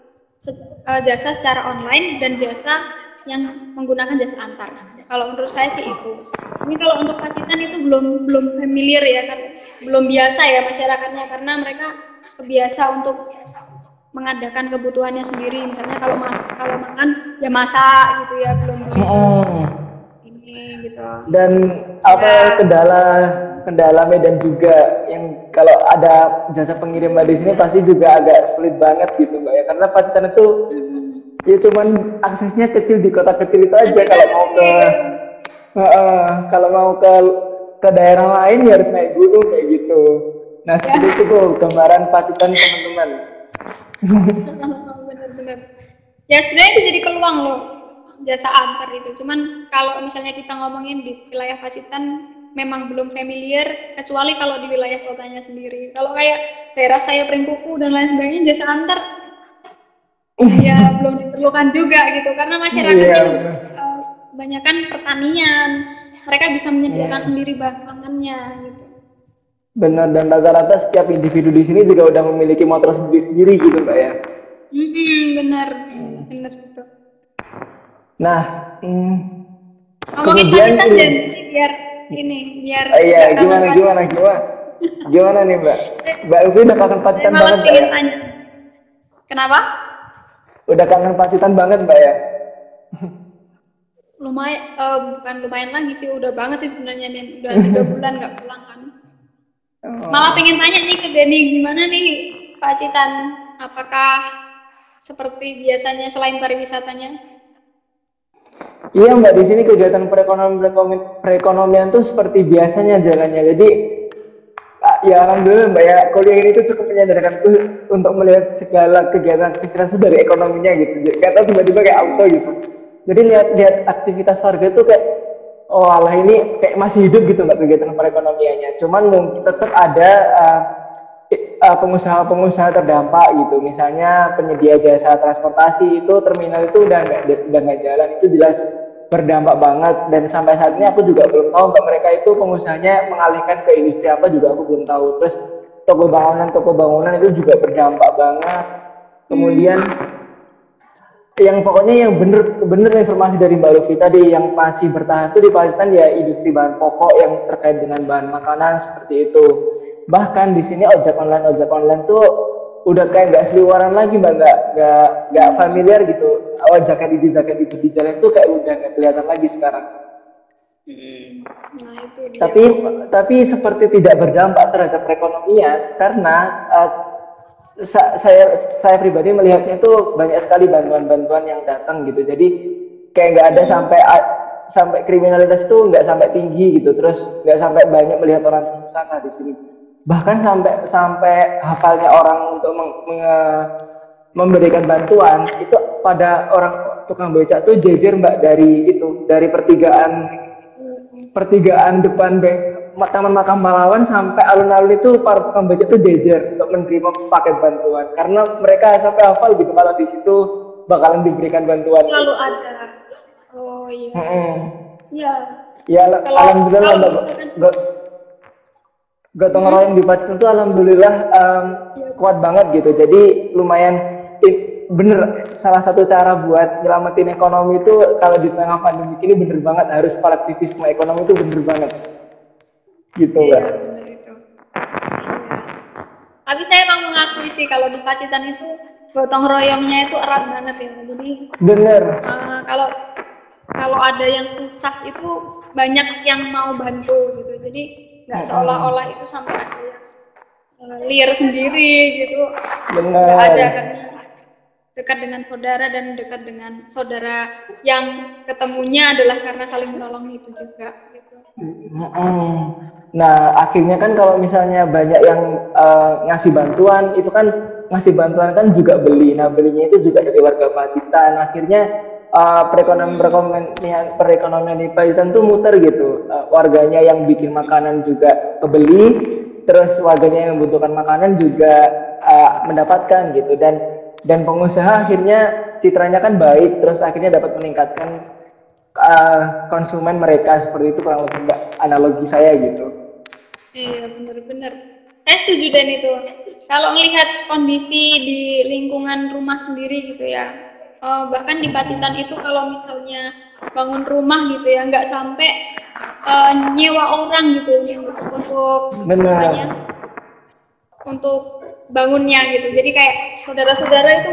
uh, jasa secara online dan jasa yang menggunakan jasa antar. Kalau menurut saya sih itu. Ini kalau untuk pacitan itu belum belum familiar ya kan, belum biasa ya masyarakatnya karena mereka kebiasa untuk mengadakan kebutuhannya sendiri. Misalnya kalau mas kalau makan ya masak gitu ya belum beli hmm. ini gitu. Dan apa ya. kendala kendala Medan juga yang kalau ada jasa pengirim Mbak di sini pasti juga agak sulit banget gitu Mbak ya, karena Pacitan itu ya cuman aksesnya kecil di kota kecil itu aja. Kalau mau ke Heeh, kalau mau ke ke daerah lain ya harus naik gunung kayak gitu. Nah seperti itu tuh gambaran Pacitan teman-teman. Bener-bener. Ya sebenarnya itu jadi peluang loh jasa antar itu. Cuman kalau misalnya kita ngomongin di wilayah Pacitan memang belum familiar, kecuali kalau di wilayah kotanya sendiri. Kalau kayak daerah saya Pringkuku dan lain sebagainya jasa antar ya belum diperlukan juga gitu, karena masyarakatnya Iya lebih benar. uh, kebanyakan pertanian, mereka bisa menyediakan Iya. sendiri bahan pangannya gitu. Benar, dan rata-rata setiap individu di sini juga udah memiliki motor sendiri-sendiri gitu Mbak ya. Mm-mm, bener, bener gitu. Nah, hmm, Ngomongin kemudian Pacitan ini, dan biar ini biar oh iya nggak kangen gimana Pacitan. gimana gimana gimana nih Mbak? Mbak Ufi udah kangen Saya Pacitan malah banget Mbak pengen ya? tanya, kenapa? Udah kangen Pacitan banget Mbak ya? Lumayan, eh, bukan lumayan lagi sih, udah banget sih sebenarnya nih, udah tiga bulan nggak pulang kan. Malah Oh. pengen tanya nih ke Denny, gimana nih Pacitan? Apakah seperti biasanya selain pariwisatanya? Iya Mbak, di sini kegiatan perekonomian perekonomian perekonomian tuh seperti biasanya jalannya. Jadi ah, ya alhamdulillah Mbak ya, kuliah ini tuh cukup menyadarkanku untuk melihat segala kegiatan aktivitas itu dari ekonominya gitu. Jadi kata tiba-tiba kayak auto gitu. Jadi lihat-lihat aktivitas warga itu kayak oh Allah ini kayak masih hidup gitu Mbak kegiatan perekonomiannya. Cuman mungkin tetap ada uh, uh, pengusaha-pengusaha terdampak gitu. Misalnya penyedia jasa transportasi itu terminal itu udah nggak udah nggak jalan, itu jelas berdampak banget. Dan sampai saat ini aku juga belum tahu mbak mereka itu pengusahanya mengalihkan ke industri apa juga aku belum tahu. Terus toko bangunan toko bangunan itu juga berdampak banget. Kemudian yang pokoknya yang bener bener informasi dari Mbak Lufi tadi yang masih bertahan itu di Pacitan ya industri bahan pokok yang terkait dengan bahan makanan seperti itu. Bahkan di sini ojek online ojek online tuh udah kayak nggak seliwaran lagi Mbak, nggak nggak nggak familiar gitu. Oh jaket itu jaket itu di jalan tuh kayak udah nggak kelihatan lagi sekarang. Hmm, nah itu dia. Tapi tapi seperti tidak berdampak terhadap perekonomian karena uh, sa- saya saya pribadi melihatnya itu banyak sekali bantuan-bantuan yang datang gitu. Jadi kayak nggak ada sampai a- sampai kriminalitas itu nggak sampai tinggi gitu. Terus nggak sampai banyak melihat orang susah di sini. Bahkan sampai sampai hafalnya orang untuk meng- menge- memberikan bantuan itu pada orang tukang becak tuh jejer mbak dari itu dari pertigaan pertigaan depan be Taman Makam Pahlawan sampai alun-alun itu para tukang becak itu jejer untuk menerima paket bantuan karena mereka sampai hafal gitu kalau di situ bakalan diberikan bantuan. Selalu ada. Oh iya. Hmm. Iya. Ya Kalau alhamdulillah kalau mbak misalkan go- gotong hmm, royong di Pacitan tuh alhamdulillah um, kuat banget gitu. Jadi lumayan i- bener salah satu cara buat nyelamatin ekonomi itu kalau di tengah pandemi ini bener banget harus kolektivisme ekonomi itu bener banget gitu iya mbak. benar itu. Iya. Tapi saya emang mengakui sih kalau di Pacitan itu gotong royongnya itu erat banget ya. Jadi Bener. uh, kalau kalau ada yang rusak itu banyak yang mau bantu gitu. Jadi nggak seolah-olah itu sampai ada yang uh, liar sendiri gitu. Nggak ada Bener. karena dekat dengan saudara dan dekat dengan saudara yang ketemunya adalah karena saling menolong itu juga gitu. Mm-mm. Nah, akhirnya kan kalau misalnya banyak yang uh, ngasih bantuan, itu kan ngasih bantuan kan juga beli. Nah, belinya itu juga dari warga Pacitan. Akhirnya uh, perekonomian perekonomian perekonomian di Pacitan tuh muter gitu. Uh, warganya yang bikin makanan juga kebeli, terus warganya yang membutuhkan makanan juga uh, mendapatkan gitu. Dan dan pengusaha akhirnya citranya kan baik, terus akhirnya dapat meningkatkan uh, konsumen mereka seperti itu kurang lebih mbak analogi saya gitu. Iya benar-benar. Saya setuju dan itu. Kalau melihat kondisi di lingkungan rumah sendiri gitu ya, eh, bahkan di Pacitan itu kalau misalnya bangun rumah gitu ya, nggak sampai eh, nyewa orang gitu untuk Benar. namanya untuk bangunnya gitu. Jadi kayak saudara-saudara itu ngumpul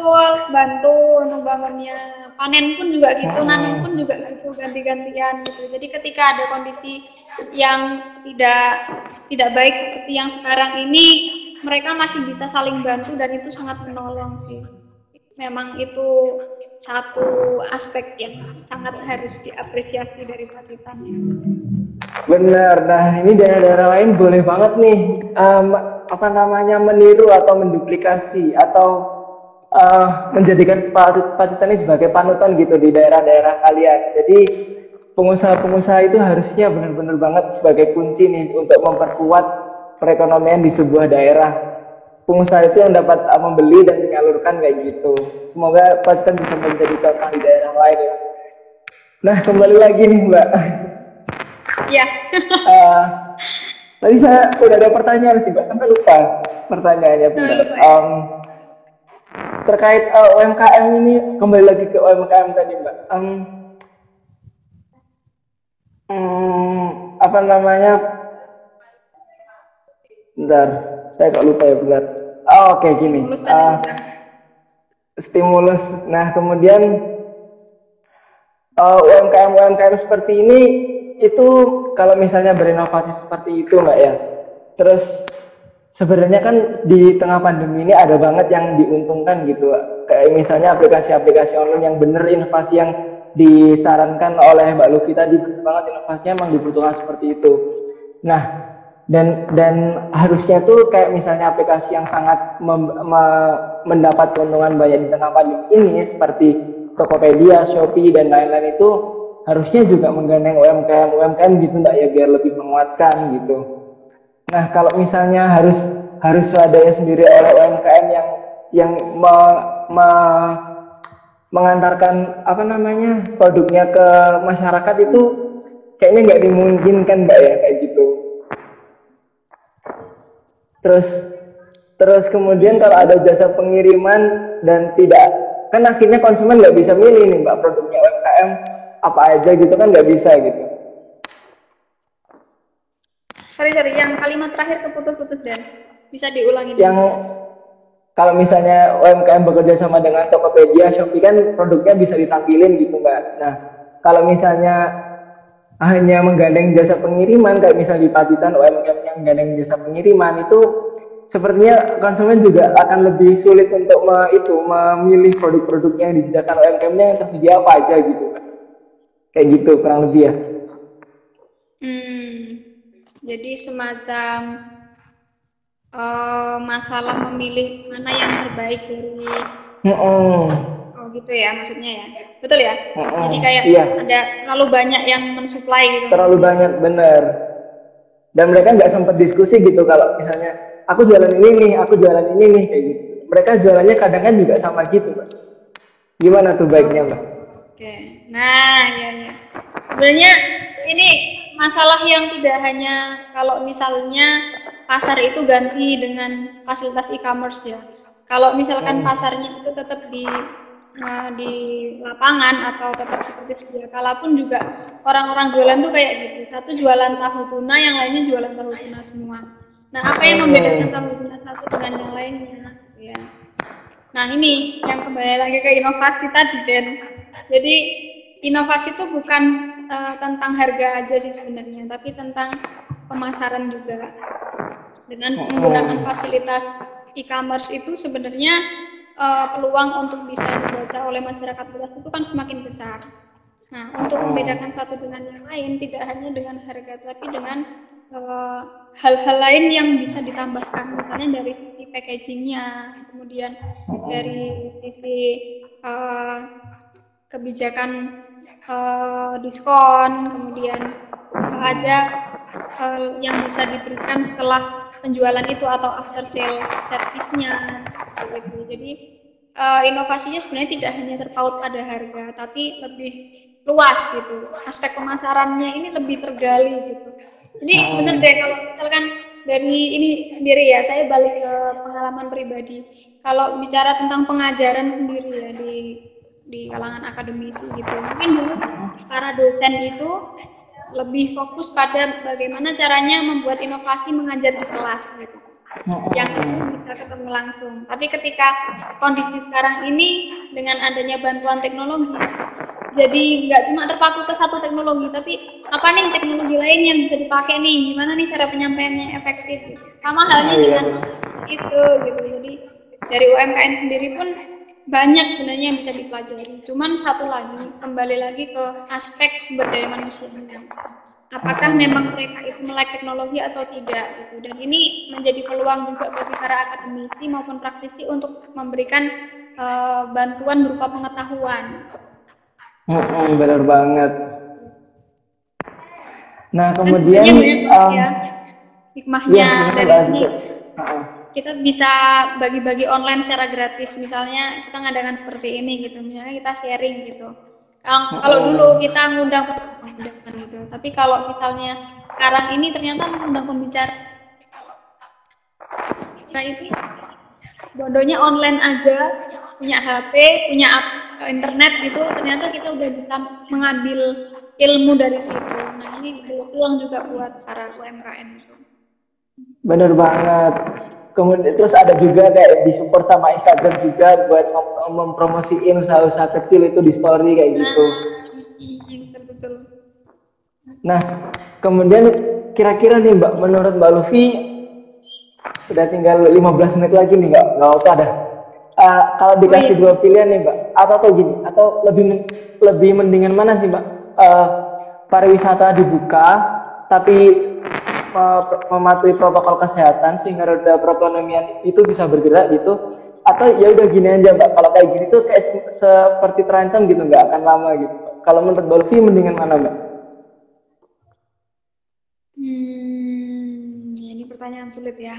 awal-awal bantu untuk bangunnya, panen pun juga gitu, Hmm. nanen pun juga gitu, ganti-gantian gitu. Jadi ketika ada kondisi yang tidak tidak baik seperti yang sekarang ini, mereka masih bisa saling bantu dan itu sangat menolong sih. Memang itu satu aspek yang sangat harus diapresiasi dari Pacitan. Benar. Nah, ini daerah-daerah lain boleh banget nih um, apa namanya meniru atau menduplikasi atau uh, menjadikan Pacitan ini sebagai panutan gitu di daerah-daerah kalian. Jadi pengusaha-pengusaha itu harusnya benar-benar banget sebagai kunci nih untuk memperkuat perekonomian di sebuah daerah. Pengusaha itu yang dapat uh, membeli dan menyalurkan kayak gitu. Semoga Pacitan bisa menjadi contoh di daerah lain ya. Nah, kembali lagi nih Mbak. Ya. uh, tadi saya udah ada pertanyaan sih Mbak, sampai lupa pertanyaannya benar. Um, terkait uh, U M K M ini, kembali lagi ke U M K M tadi Mbak. Um, um, apa namanya? Bentar, saya kok lupa ya benar. Oh, oke okay, gini. Uh, stimulus. Nah kemudian uh, U M K M U M K M seperti ini itu kalau misalnya berinovasi seperti itu Mbak ya, terus sebenarnya kan di tengah pandemi ini ada banget yang diuntungkan gitu, kayak misalnya aplikasi-aplikasi online yang bener, inovasi yang disarankan oleh Mbak Luffy tadi, bener banget inovasinya emang dibutuhkan seperti itu. Nah dan dan harusnya tuh kayak misalnya aplikasi yang sangat mem, me, mendapat keuntungan banyak di tengah pandemi ini seperti Tokopedia, Shopee dan lain-lain itu harusnya juga menggandeng U M K M U M K M gitu Mbak ya, biar lebih menguatkan gitu. Nah kalau misalnya harus harus swadaya sendiri oleh U M K M yang yang me, me, mengantarkan apa namanya produknya ke masyarakat itu kayaknya nggak dimungkinkan Mbak ya kayak gitu. Terus terus kemudian kalau ada jasa pengiriman dan tidak, kan akhirnya konsumen nggak bisa milih nih Mbak produknya U M K M apa aja gitu kan, nggak bisa gitu. Sorry sorry, yang kalimat terakhir keputus-putus Dan, bisa diulangi dulu. Yang kalau misalnya U M K M bekerja sama dengan Tokopedia, Shopee kan produknya bisa ditampilin gitu Mbak. Nah kalau misalnya hanya menggandeng jasa pengiriman kayak misalnya di Pacitan U M K M yang menggandeng jasa pengiriman itu sepertinya konsumen juga akan lebih sulit untuk me, itu memilih produk-produknya yang disediakan U M K M-nya yang tersedia apa aja gitu Mbak. Kayak gitu kurang lebih ya. Hmm, jadi semacam uh, masalah memilih mana yang terbaik dari Mm-mm. oh gitu ya maksudnya ya, betul ya. Mm-mm. Jadi kayak iya. ada terlalu banyak yang mensuplai gitu. Terlalu banyak bener. Dan mereka nggak sempat diskusi gitu kalau misalnya aku jualan ini nih, aku jualan ini nih kayak gitu. Mereka jualannya kadang kan juga sama gitu Mbak. Gimana tuh baiknya Mbak? Oke, nah ya ya. Sebenarnya ini masalah yang tidak hanya kalau misalnya pasar itu ganti dengan fasilitas e-commerce ya. Kalau misalkan Hmm. pasarnya itu tetap di uh, di lapangan atau tetap seperti sedia kala pun juga orang-orang jualan tuh kayak gitu. Satu jualan tahu tuna, yang lainnya jualan tahu tuna semua. Nah, apa yang membedakan tahu tuna satu dengan yang lainnya? Ya. Nah, ini yang kembali lagi ke inovasi tadi, Den. Jadi inovasi itu bukan uh, tentang harga aja sih sebenarnya, tapi tentang pemasaran juga. Dengan menggunakan fasilitas e-commerce itu sebenarnya uh, peluang untuk bisa dibaca oleh masyarakat luas itu kan semakin besar. Nah, untuk membedakan satu dengan yang lain tidak hanya dengan harga, tapi dengan uh, hal-hal lain yang bisa ditambahkan, misalnya dari sisi packagingnya, kemudian dari sisi uh, kebijakan uh, diskon, kemudian apa aja uh, yang bisa diberikan setelah penjualan itu atau after sale service-nya gitu. Jadi uh, inovasinya sebenarnya tidak hanya terpaut pada harga, tapi lebih luas gitu. Aspek pemasarannya ini lebih tergali gitu. Jadi benar deh kalau misalkan dari ini sendiri ya, saya balik ke pengalaman pribadi. Kalau bicara tentang pengajaran sendiri ya di di kalangan akademisi gitu, mungkin dulu para dosen itu lebih fokus pada bagaimana caranya membuat inovasi mengajar di kelas gitu. yang itu bisa ketemu langsung. Tapi ketika kondisi sekarang ini dengan adanya bantuan teknologi, jadi nggak cuma terpaku ke satu teknologi, tapi apa nih teknologi lain yang bisa dipakai nih, gimana nih cara penyampaiannya efektif. Sama halnya Oh iya. dengan itu gitu. Jadi dari U M K M sendiri pun banyak sebenarnya yang bisa dipelajari. Cuman satu lagi, kembali lagi ke aspek sumber daya manusianya. Apakah memang mereka itu melek teknologi atau tidak gitu. Dan ini menjadi peluang juga bagi para akademisi maupun praktisi untuk memberikan uh, bantuan berupa pengetahuan. Mm-mm, benar banget. Nah Kan kemudian sebenarnya banyak um, ya hikmahnya ya gimana dari Mbak ini. Aziza? Uh-uh. Kita bisa bagi-bagi online secara gratis. Misalnya kita ngadakan seperti ini gitu. Misalnya kita sharing gitu. Kalau kalau dulu kita ngundang undangan gitu. Tapi kalau misalnya sekarang ini ternyata mengundang pembicara itu bodohnya online aja, punya H P, punya internet gitu, ternyata kita udah bisa mengambil ilmu dari situ. Nah ini peluang juga buat para U M K M itu. Bener banget. Kemudian terus ada juga kayak disupport sama Instagram juga buat mem- mempromosiin usaha-usaha kecil itu di story kayak gitu. Betul-betul. Nah, kemudian kira-kira nih Mbak, menurut Mbak Luffy udah tinggal lima belas menit lagi nih, nggak nggak apa dah. Uh, kalau dikasih Oh, iya. dua pilihan nih Mbak, atau atau gini, atau lebih lebih mendingan mana sih Mbak? Uh, pariwisata dibuka, tapi mematuhi protokol kesehatan sehingga roda perekonomian itu bisa bergerak gitu, atau ya udah gini aja Mbak, kalau kayak gini tuh kayak se- seperti terancam gitu, nggak akan lama gitu. Kalau menurut Mbak Luffy mendingan mana Mbak? Hmm, ya ini pertanyaan sulit ya.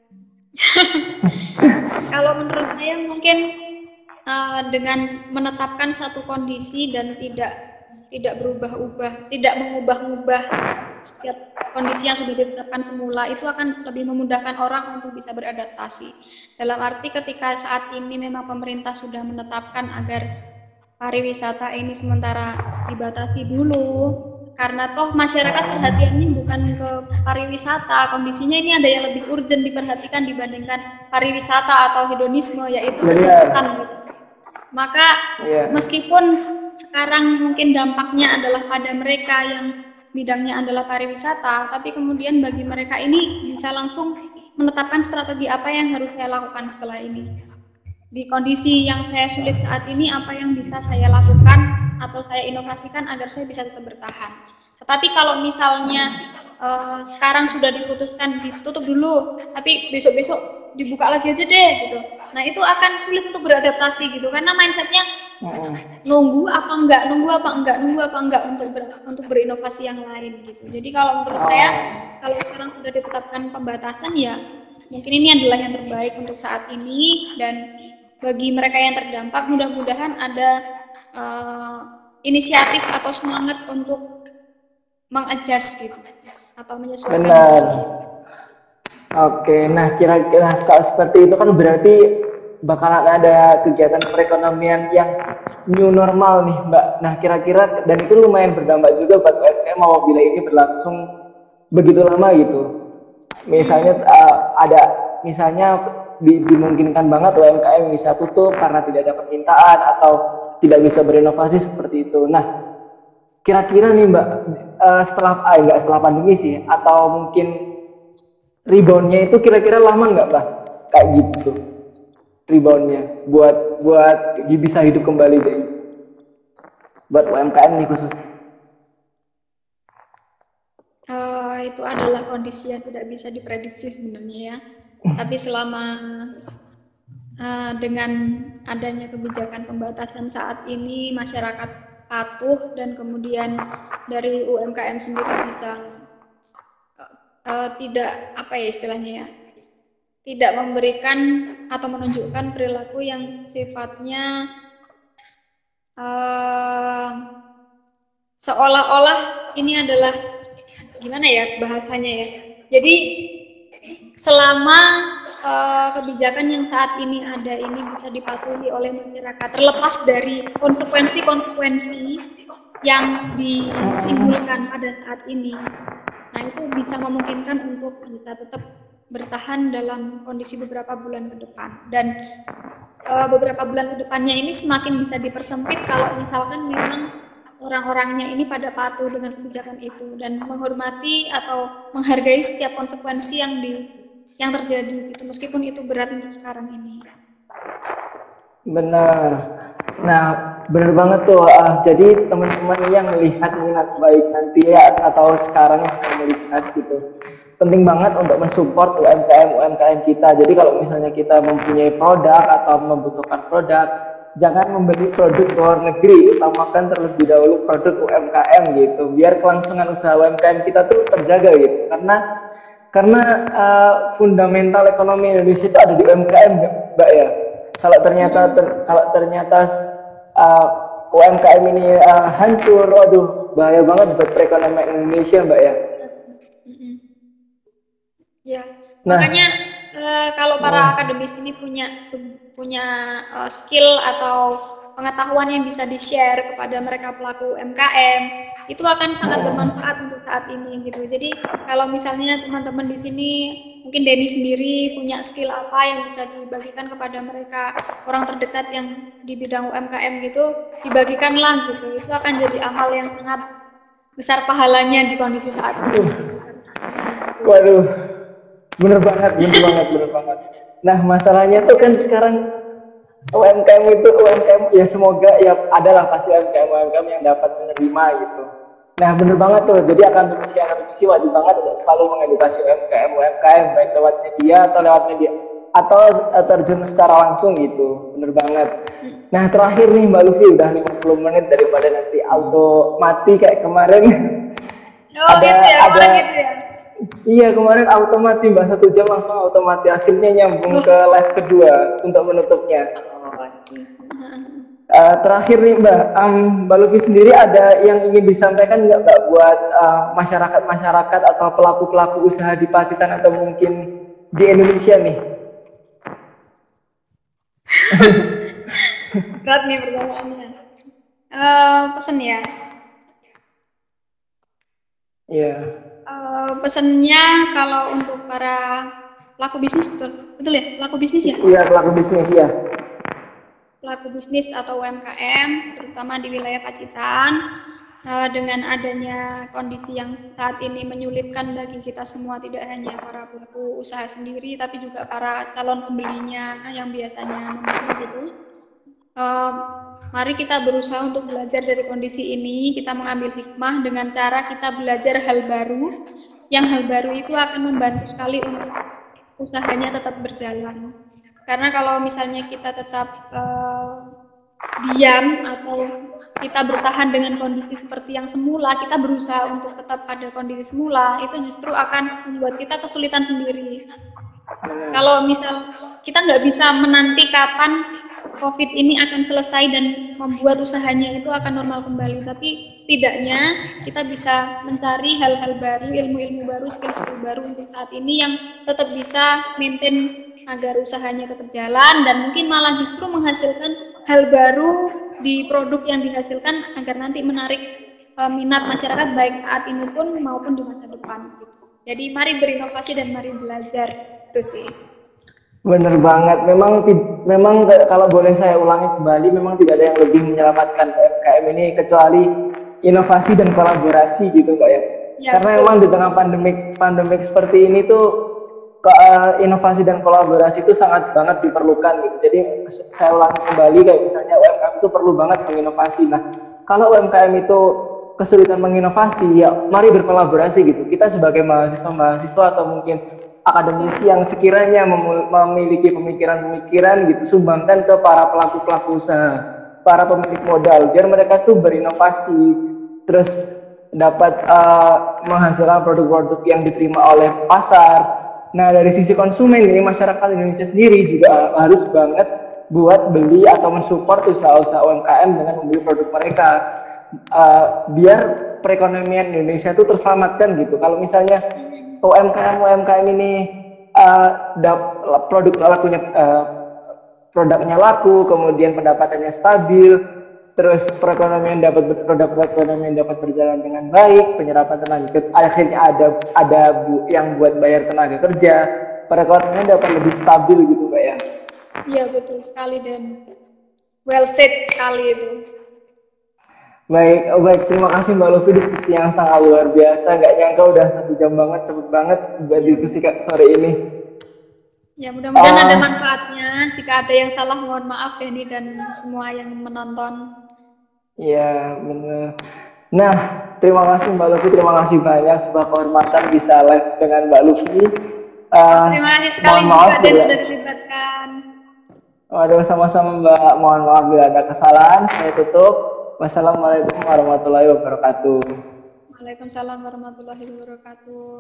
Kalau menurut saya mungkin uh, dengan menetapkan satu kondisi dan tidak tidak berubah-ubah, tidak mengubah-ubah setiap kondisi yang sudah ditetapkan semula, itu akan lebih memudahkan orang untuk bisa beradaptasi. Dalam arti ketika saat ini memang pemerintah sudah menetapkan agar pariwisata ini sementara dibatasi dulu, karena toh masyarakat perhatiannya bukan ke pariwisata, kondisinya ini ada yang lebih urgent diperhatikan dibandingkan pariwisata atau hedonisme, yaitu kesehatan. Maka yeah. meskipun sekarang mungkin dampaknya adalah pada mereka yang bidangnya adalah pariwisata, tapi kemudian bagi mereka ini bisa langsung menetapkan strategi apa yang harus saya lakukan setelah ini. Di kondisi yang saya sulit saat ini, apa yang bisa saya lakukan atau saya inovasikan agar saya bisa tetap bertahan. Tetapi kalau misalnya uh, sekarang sudah diputuskan ditutup dulu, tapi besok-besok dibuka lagi aja deh gitu. Nah itu akan sulit untuk beradaptasi gitu, karena mindsetnya nunggu apa enggak, nunggu apa enggak, nunggu apa enggak untuk ber, untuk berinovasi yang lain gitu. Jadi kalau menurut saya, kalau sekarang sudah ditetapkan pembatasan ya mungkin ini adalah yang terbaik untuk saat ini, dan bagi mereka yang terdampak mudah-mudahan ada uh, inisiatif atau semangat untuk mengadjust gitu atau menyesuaikan. Benar. Oke, nah kira-kira kalau seperti itu kan berarti bakalan ada kegiatan perekonomian yang new normal nih Mbak. Nah kira-kira, dan itu lumayan berdampak juga buat U M K M apabila ini berlangsung begitu lama gitu. Misalnya uh, ada misalnya di, dimungkinkan banget U M K M bisa tutup karena tidak ada permintaan atau tidak bisa berinovasi seperti itu. Nah kira-kira nih Mbak, uh, setelah ah, enggak setelah pandemi sih, atau mungkin reboundnya itu kira-kira lama nggak Mbak? Kayak gitu reboundnya buat buat bisa hidup kembali deh buat U M K M nih khusus. Uh, itu adalah kondisi yang tidak bisa diprediksi sebenarnya ya. Tapi selama uh, dengan adanya kebijakan pembatasan saat ini, masyarakat patuh dan kemudian dari U M K M sendiri bisa uh, tidak apa ya istilahnya ya, tidak memberikan atau menunjukkan perilaku yang sifatnya uh, seolah-olah ini adalah gimana ya bahasanya ya. Jadi selama uh, kebijakan yang saat ini ada ini bisa dipatuhi oleh masyarakat, terlepas dari konsekuensi-konsekuensi yang ditimbulkan pada saat ini, nah itu bisa memungkinkan untuk kita tetap bertahan dalam kondisi beberapa bulan ke depan. Dan uh, beberapa bulan ke depannya ini semakin bisa dipersempit kalau misalkan memang orang-orangnya ini pada patuh dengan kebijakan itu dan menghormati atau menghargai setiap konsekuensi yang di yang terjadi gitu, meskipun itu berat untuk sekarang ini. Benar. Nah, benar banget tuh. Uh, jadi teman-teman yang melihat minat baik nanti ya atau sekarang yang sedang melihat gitu, penting banget untuk mensupport U M K M U M K M kita. Jadi kalau misalnya kita mempunyai produk atau membutuhkan produk, jangan membeli produk luar negeri, utamakan terlebih dahulu produk U M K M gitu. Biar kelangsungan usaha U M K M kita tuh terjaga gitu. Karena karena uh, fundamental ekonomi Indonesia itu ada di U M K M, Mbak ya. Kalau ternyata ter, kalau ternyata uh, U M K M ini uh, hancur, waduh bahaya banget buat perekonomian Indonesia, Mbak ya. Ya, nah, makanya uh, kalau para uh, akademis ini punya punya uh, skill atau pengetahuan yang bisa di-share kepada mereka pelaku U M K M, itu akan sangat bermanfaat untuk saat ini gitu. Jadi kalau misalnya teman-teman di sini, mungkin Denny sendiri punya skill apa yang bisa dibagikan kepada mereka orang terdekat yang di bidang U M K M gitu, dibagikanlah gitu. Itu akan jadi amal yang sangat besar pahalanya di kondisi saat ini. Gitu. Waduh, bener banget, bener banget, bener banget. Nah masalahnya tuh kan sekarang U M K M itu U M K M ya semoga ya adalah pasti U M K M U M K M yang dapat menerima gitu. Nah bener banget tuh, jadi akademisi akademisi wajib banget untuk selalu mengedukasi U M K M U M K M baik lewat media atau lewat media atau terjun secara langsung gitu, bener banget. Nah terakhir nih Mbak Luffy, udah lima puluh menit daripada nanti auto mati kayak kemarin. Oh ada, gitu ya, ada gitu ya. Iya kemarin otomatis Mbak satu jam langsung otomatis, akhirnya nyambung ke live kedua untuk menutupnya. Uh, terakhir nih Mbak, um, Mbak Luffy sendiri ada yang ingin disampaikan nggak Mbak buat uh, masyarakat-masyarakat atau pelaku-pelaku usaha di Pacitan atau mungkin di Indonesia nih? Berat nih pertanyaannya. Uh, pesan ya. Iya. Yeah. Uh, pesannya kalau untuk para pelaku bisnis, betul, betul ya, pelaku bisnis ya? Iya, pelaku bisnis ya. Pelaku bisnis atau U M K M, terutama di wilayah Pacitan, uh, dengan adanya kondisi yang saat ini menyulitkan bagi kita semua, tidak hanya para pelaku usaha sendiri, tapi juga para calon pembelinya yang biasanya membeli gitu. Uh, mari kita berusaha untuk belajar dari kondisi ini, kita mengambil hikmah dengan cara kita belajar hal baru, yang hal baru itu akan membantu sekali untuk usahanya tetap berjalan. Karena kalau misalnya kita tetap uh, diam atau kita bertahan dengan kondisi seperti yang semula, kita berusaha untuk tetap pada kondisi semula, itu justru akan membuat kita kesulitan sendiri. Kalau misal kita nggak bisa menanti kapan COVID ini akan selesai dan membuat usahanya itu akan normal kembali, tapi setidaknya kita bisa mencari hal-hal baru, ilmu-ilmu baru, skill-skill baru untuk saat ini yang tetap bisa maintain agar usahanya tetap jalan dan mungkin malah justru menghasilkan hal baru di produk yang dihasilkan agar nanti menarik uh, minat masyarakat baik saat ini pun maupun di masa depan gitu. Jadi mari berinovasi dan mari belajar itu sih. Bener banget, memang memang kalau boleh saya ulangi kembali, memang tidak ada yang lebih menyelamatkan U M K M ini kecuali inovasi dan kolaborasi gitu Mbak ya. Ya Karena betul. Memang di tengah pandemik pandemik seperti ini tuh ke, uh, inovasi dan kolaborasi itu sangat banget diperlukan gitu. Jadi saya ulangi kembali, kayak misalnya U M K M itu perlu banget menginovasi. Nah kalau U M K M itu kesulitan menginovasi, ya mari berkolaborasi gitu. Kita sebagai mahasiswa-mahasiswa atau mungkin akademisi yang sekiranya memiliki pemikiran-pemikiran gitu, sumbangkan ke para pelaku-pelaku usaha, para pemilik modal, biar mereka tuh berinovasi, terus dapat uh, menghasilkan produk-produk yang diterima oleh pasar. Nah dari sisi konsumen ini, masyarakat Indonesia sendiri juga harus banget buat beli atau mensupport usaha-usaha U M K M dengan membeli produk mereka, uh, biar perekonomian Indonesia itu terselamatkan gitu. Kalau misalnya U M K M U M K M ini uh, dap, produk lakunya uh, produknya laku, kemudian pendapatannya stabil, terus perekonomian dapat produk perekonomian dapat berjalan dengan baik, penyerapan tenaga akhirnya ada ada bu, yang buat bayar tenaga kerja. perekonomian dapat lebih stabil gitu Mbak ya. Iya betul sekali dan well said sekali itu. Baik, oh baik, terima kasih Mbak Luffy, diskusi yang sangat luar biasa. Nggak nyangka udah satu jam banget, cepet banget buat diskusi sore ini. Ya mudah-mudahan Ah. ada manfaatnya. Jika ada yang salah mohon maaf Denny dan semua yang menonton. Iya, benar. Nah, terima kasih Mbak Luffy, terima kasih banyak, sebuah kehormatan bisa live dengan Mbak Luffy. Ah, Terima kasih sekali mohon maaf juga dan bila, sudah dilibatkan. waduh, sama-sama Mbak, mohon maaf bila ada kesalahan. Saya tutup. Wassalamualaikum warahmatullahi wabarakatuh. Waalaikumsalam warahmatullahi wabarakatuh.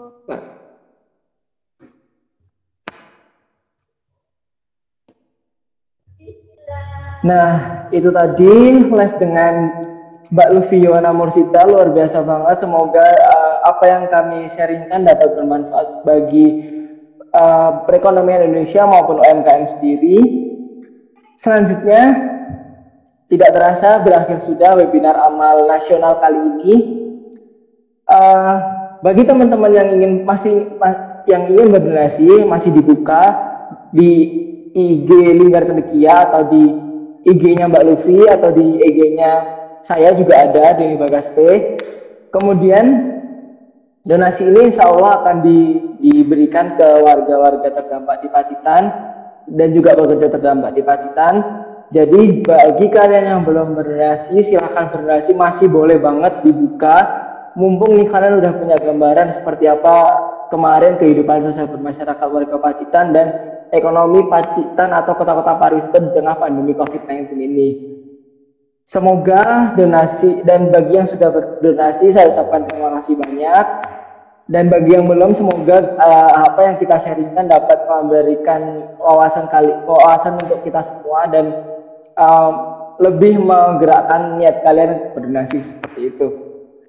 Nah, itu tadi live dengan Mbak Luffy Yohana Mursita, luar biasa banget. Semoga uh, apa yang kami sharingkan dapat bermanfaat bagi uh, perekonomian Indonesia maupun U M K M sendiri. Selanjutnya, tidak terasa berakhir sudah webinar amal nasional kali ini. Uh, bagi teman-teman yang ingin masih yang ingin berdonasi masih dibuka di I G Linggar Sedekia atau di I G-nya Mbak Luffy atau di I G-nya saya juga ada di Bagas P. Kemudian donasi ini insya Allah akan di, diberikan ke warga-warga terdampak di Pacitan dan juga pekerja terdampak di Pacitan. Jadi bagi kalian yang belum berdonasi silahkan berdonasi, masih boleh banget dibuka. Mumpung nih kalian udah punya gambaran seperti apa kemarin kehidupan sosial bermasyarakat warga Pacitan dan ekonomi Pacitan atau kota-kota pariwisata di tengah pandemi covid sembilan belas ini. Semoga donasi, dan bagi yang sudah berdonasi saya ucapkan terima kasih banyak, dan bagi yang belum semoga uh, apa yang kita sharingkan dapat memberikan wawasan kali wawasan untuk kita semua dan uh, lebih menggerakkan niat kalian untuk berdonasi seperti itu.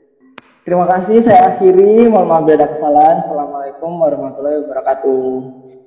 Terima kasih, saya akhiri, mohon maaf bila ada kesalahan. Assalamualaikum warahmatullahi wabarakatuh.